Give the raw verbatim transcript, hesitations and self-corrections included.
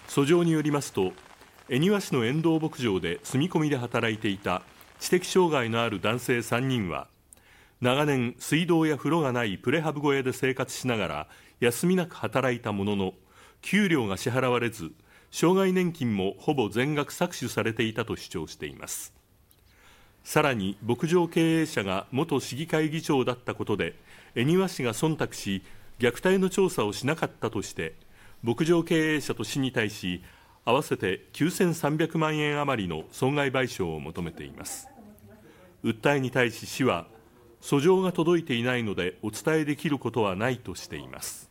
訴状によりますと、恵庭市の遠藤牧場で住み込みで働いていた知的障害のある男性さんにんは、長年水道や風呂がないプレハブ小屋で生活しながら休みなく働いたものの、給料が支払われず、障害年金もほぼ全額搾取されていたと主張しています。さらに牧場経営者が元市議会議長だったことで、恵庭市が忖度し虐待の調査をしなかったとして、牧場経営者と市に対し合わせてきゅうせんさんびゃくまんえん余りの損害賠償を求めています。訴えに対し市は、訴状が届いていないのでお伝えできることはないとしています。